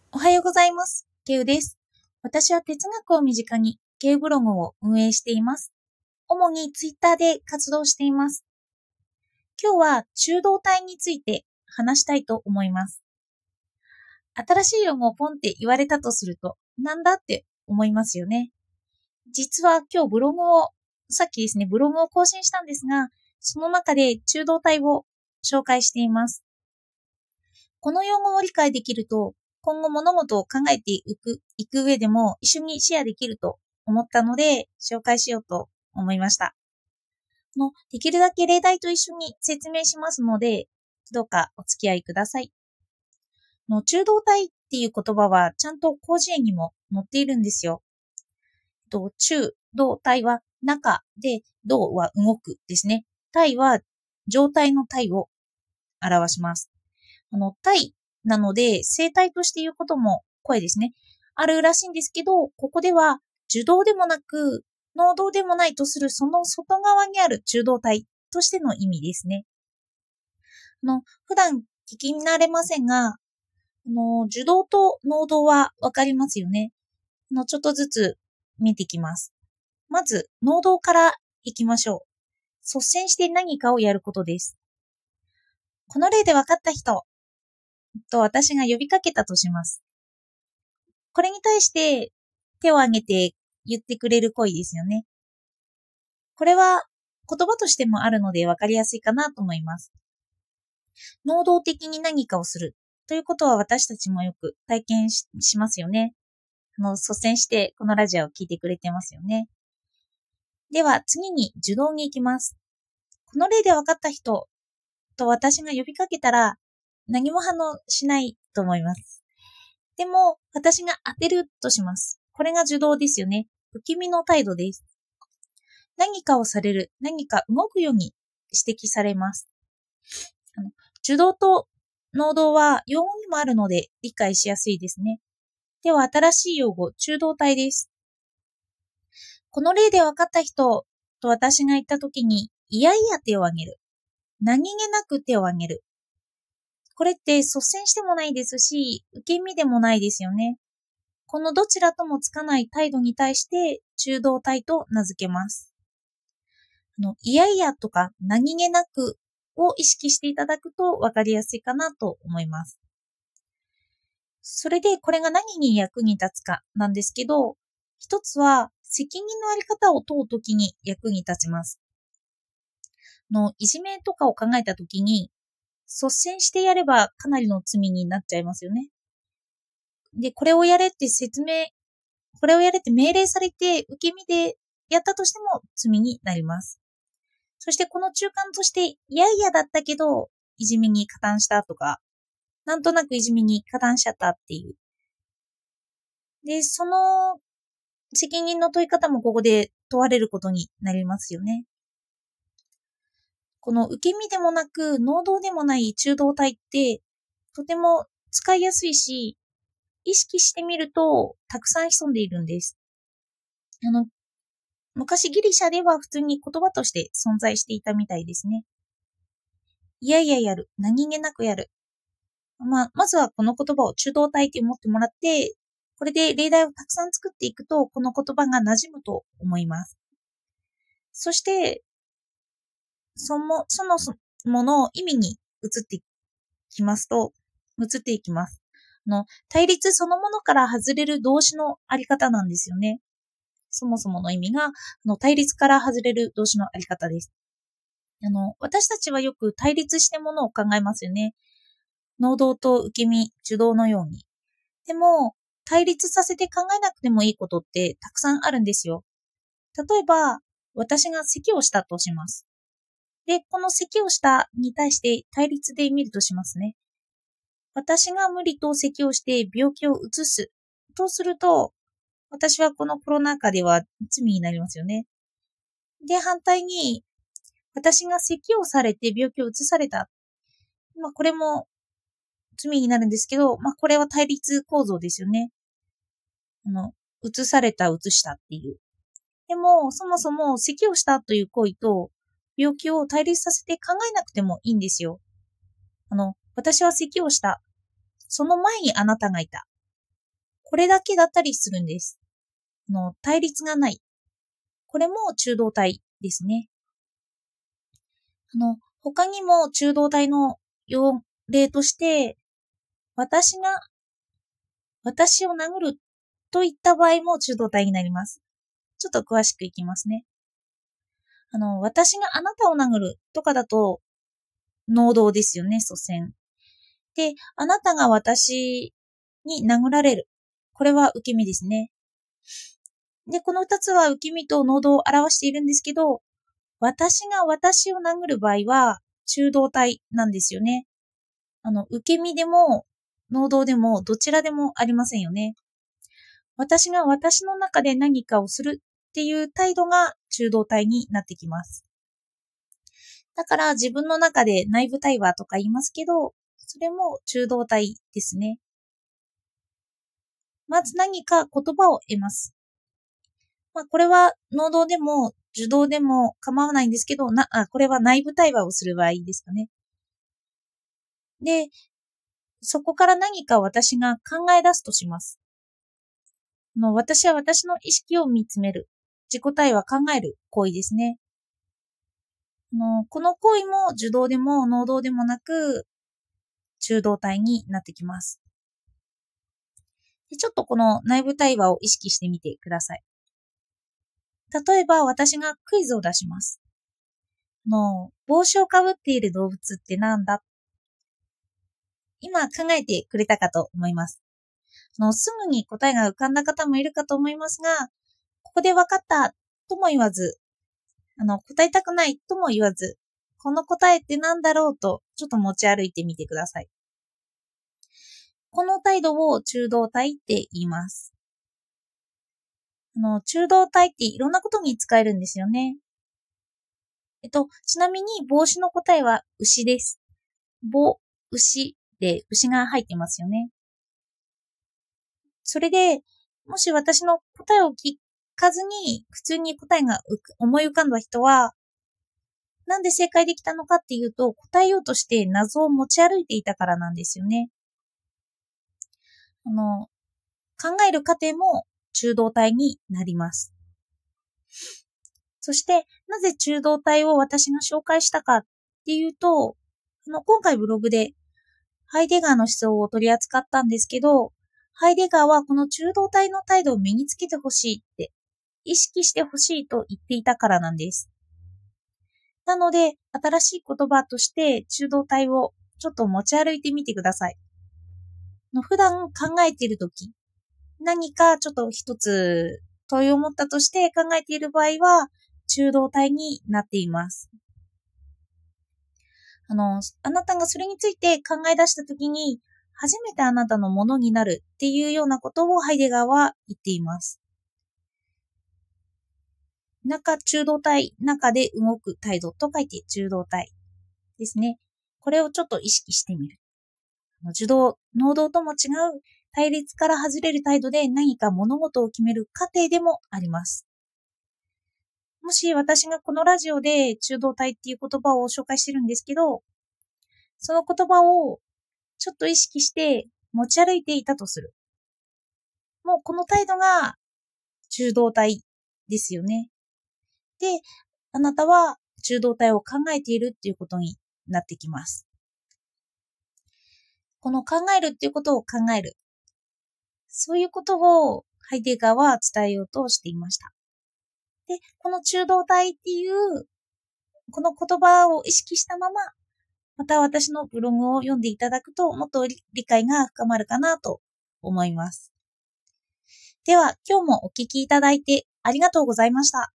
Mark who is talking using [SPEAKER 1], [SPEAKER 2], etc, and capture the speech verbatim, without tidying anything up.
[SPEAKER 1] おはようございます。ケウです。私は哲学を身近にケウブログを運営しています。主にツイッターで活動しています。今日は中道体について話したいと思います。新しい用語をポンって言われたとすると、なんだって思いますよね。実は今日ブログを、さっきですね、ブログを更新したんですが、その中で中道体を紹介しています。この用語を理解できると、今後物事を考えていく、いく上でも一緒にシェアできると思ったので紹介しようと思いました。のできるだけ例題と一緒に説明しますので、どうかお付き合いください。の中道体っていう言葉はちゃんと広辞苑にも載っているんですよ。と中道体は中で、道は動くですね。体は状態の体を表します。あの体なので、生体として言うことも声ですね。あるらしいんですけど、ここでは受動でもなく、能動でもないとするその外側にある中道体としての意味ですね。あの普段聞き慣れませんが、あの受動と能動はわかりますよね。あのちょっとずつ見ていきます。まず、能動からいきましょう。率先して何かをやることです。この例で分かった人と私が呼びかけたとします。これに対して手を挙げて言ってくれる声ですよね。これは言葉としてもあるので分かりやすいかなと思います。能動的に何かをするということは私たちもよく体験 し, しますよね。あの率先してこのラジオを聞いてくれてますよね。では次に受動に行きます。この例で分かった人と私が呼びかけたら何も反応しないと思います。でも私が当てるとします。これが受動ですよね。受け身の態度です。何かをされる、何か動くように指摘されます。あの受動と能動は用語にもあるので理解しやすいですね。では新しい用語、中道体です。この例で分かった人と私が言ったときに、いやいや手を挙げる。何気なく手を挙げる。これって率先してもないですし、受け身でもないですよね。このどちらともつかない態度に対して中道体と名付けます。あのいやいやとか何気なくを意識していただくと分かりやすいかなと思います。それでこれが何に役に立つかなんですけど、一つは責任のあり方を問うときに役に立ちます。のいじめとかを考えたときに、率先してやればかなりの罪になっちゃいますよね。で、これをやれって説明、これをやれって命令されて受け身でやったとしても罪になります。そしてこの中間として、いやいやだったけど、いじめに加担したとか、なんとなくいじめに加担しちゃったっていう。で、その責任の問い方もここで問われることになりますよね。この受け身でもなく、能動でもない中道体って、とても使いやすいし、意識してみると、たくさん潜んでいるんです。あの、昔ギリシャでは普通に言葉として存在していたみたいですね。いやいややる。何気なくやる。まあ、まずはこの言葉を中道体って思ってもらって、これで例題をたくさん作っていくと、この言葉が馴染むと思います。そして、その、そのもの意味に移っていきますと、移っていきます。あの、対立そのものから外れる動詞のあり方なんですよね。そもそもの意味が、あの対立から外れる動詞のあり方です。あの、私たちはよく対立してものを考えますよね。能動と受け身、受動のように。でも、対立させて考えなくてもいいことってたくさんあるんですよ。例えば、私が咳をしたとします。で、この咳をしたに対して対立で見るとしますね。私が無理と咳をして病気をうつすとすると、私はこのコロナ禍では罪になりますよね。で、反対に、私が咳をされて病気をうつされた。まあ、これも罪になるんですけど、まあ、これは対立構造ですよね。あの、うつされた、うつしたっていう。でも、そもそも咳をしたという行為と病気を対立させて考えなくてもいいんですよ。あの、私は咳をした。その前にあなたがいた。 これだけだったりするんです。の対立がない。これも中道体ですね。あの、他にも中道体の要例として、私が、私を殴るといった場合も中道体になります。ちょっと詳しくいきますね。あの、私があなたを殴るとかだと、能動ですよね、所詮。で、あなたが私に殴られる。これは受け身ですね。で、この二つは受け身と能動を表しているんですけど、私が私を殴る場合は中道体なんですよね。あの、受け身でも能動でもどちらでもありませんよね。私が私の中で何かをするっていう態度が中道体になってきます。だから自分の中で内部対話とか言いますけど、それも中道体ですね。まず何か言葉を得ます。まあ、これは能動でも受動でも構わないんですけど、なあこれは内部対話をする場合ですかね。で、そこから何か私が考え出すとします。の私は私の意識を見つめる。自己対話考える行為ですね。のこの行為も受動でも能動でもなく中道体になってきます。でちょっとこの内部対話を意識してみてください。例えば私がクイズを出します。の帽子をかぶっている動物ってなんだ？今考えてくれたかと思います。のすぐに答えが浮かんだ方もいるかと思いますが、ここで分かったとも言わず、あの答えたくないとも言わず、この答えってなんだろうとちょっと持ち歩いてみてください。この態度を中道体って言います。あの中道体っていろんなことに使えるんですよね。えっと、ちなみに帽子の答えは牛です。帽、牛で牛が入ってますよね。それで、もし私の答えを聞かずに普通に答えが思い浮かんだ人は、なんで正解できたのかっていうと、答えようとして謎を持ち歩いていたからなんですよね。あの、考える過程も中道体になります。そして、なぜ中道体を私が紹介したかっていうと、あの今回ブログでハイデガーの思想を取り扱ったんですけど、ハイデガーはこの中道体の態度を身につけてほしいって、意識してほしいと言っていたからなんです。なので、新しい言葉として中道体をちょっと持ち歩いてみてください。の普段考えているとき、何かちょっと一つ問いを持ったとして考えている場合は、中道体になっています。あの、あなたがそれについて考え出したときに、初めてあなたのものになるっていうようなことをハイデガーは言っています。中中道体、中で動く態度と書いて中道体ですね。これをちょっと意識してみる。受動、能動とも違う対立から外れる態度で何か物事を決める過程でもあります。もし私がこのラジオで中道体っていう言葉を紹介してるんですけど、その言葉をちょっと意識して持ち歩いていたとする。もうこの態度が中道体ですよね。で、あなたは中道体を考えているっていうことになってきます。この考えるっていうことを考える。そういうことをハイデガーは伝えようとしていました。で、この中道体っていうこの言葉を意識したまま、また私のブログを読んでいただくともっと理解が深まるかなと思います。では、今日もお聞きいただいてありがとうございました。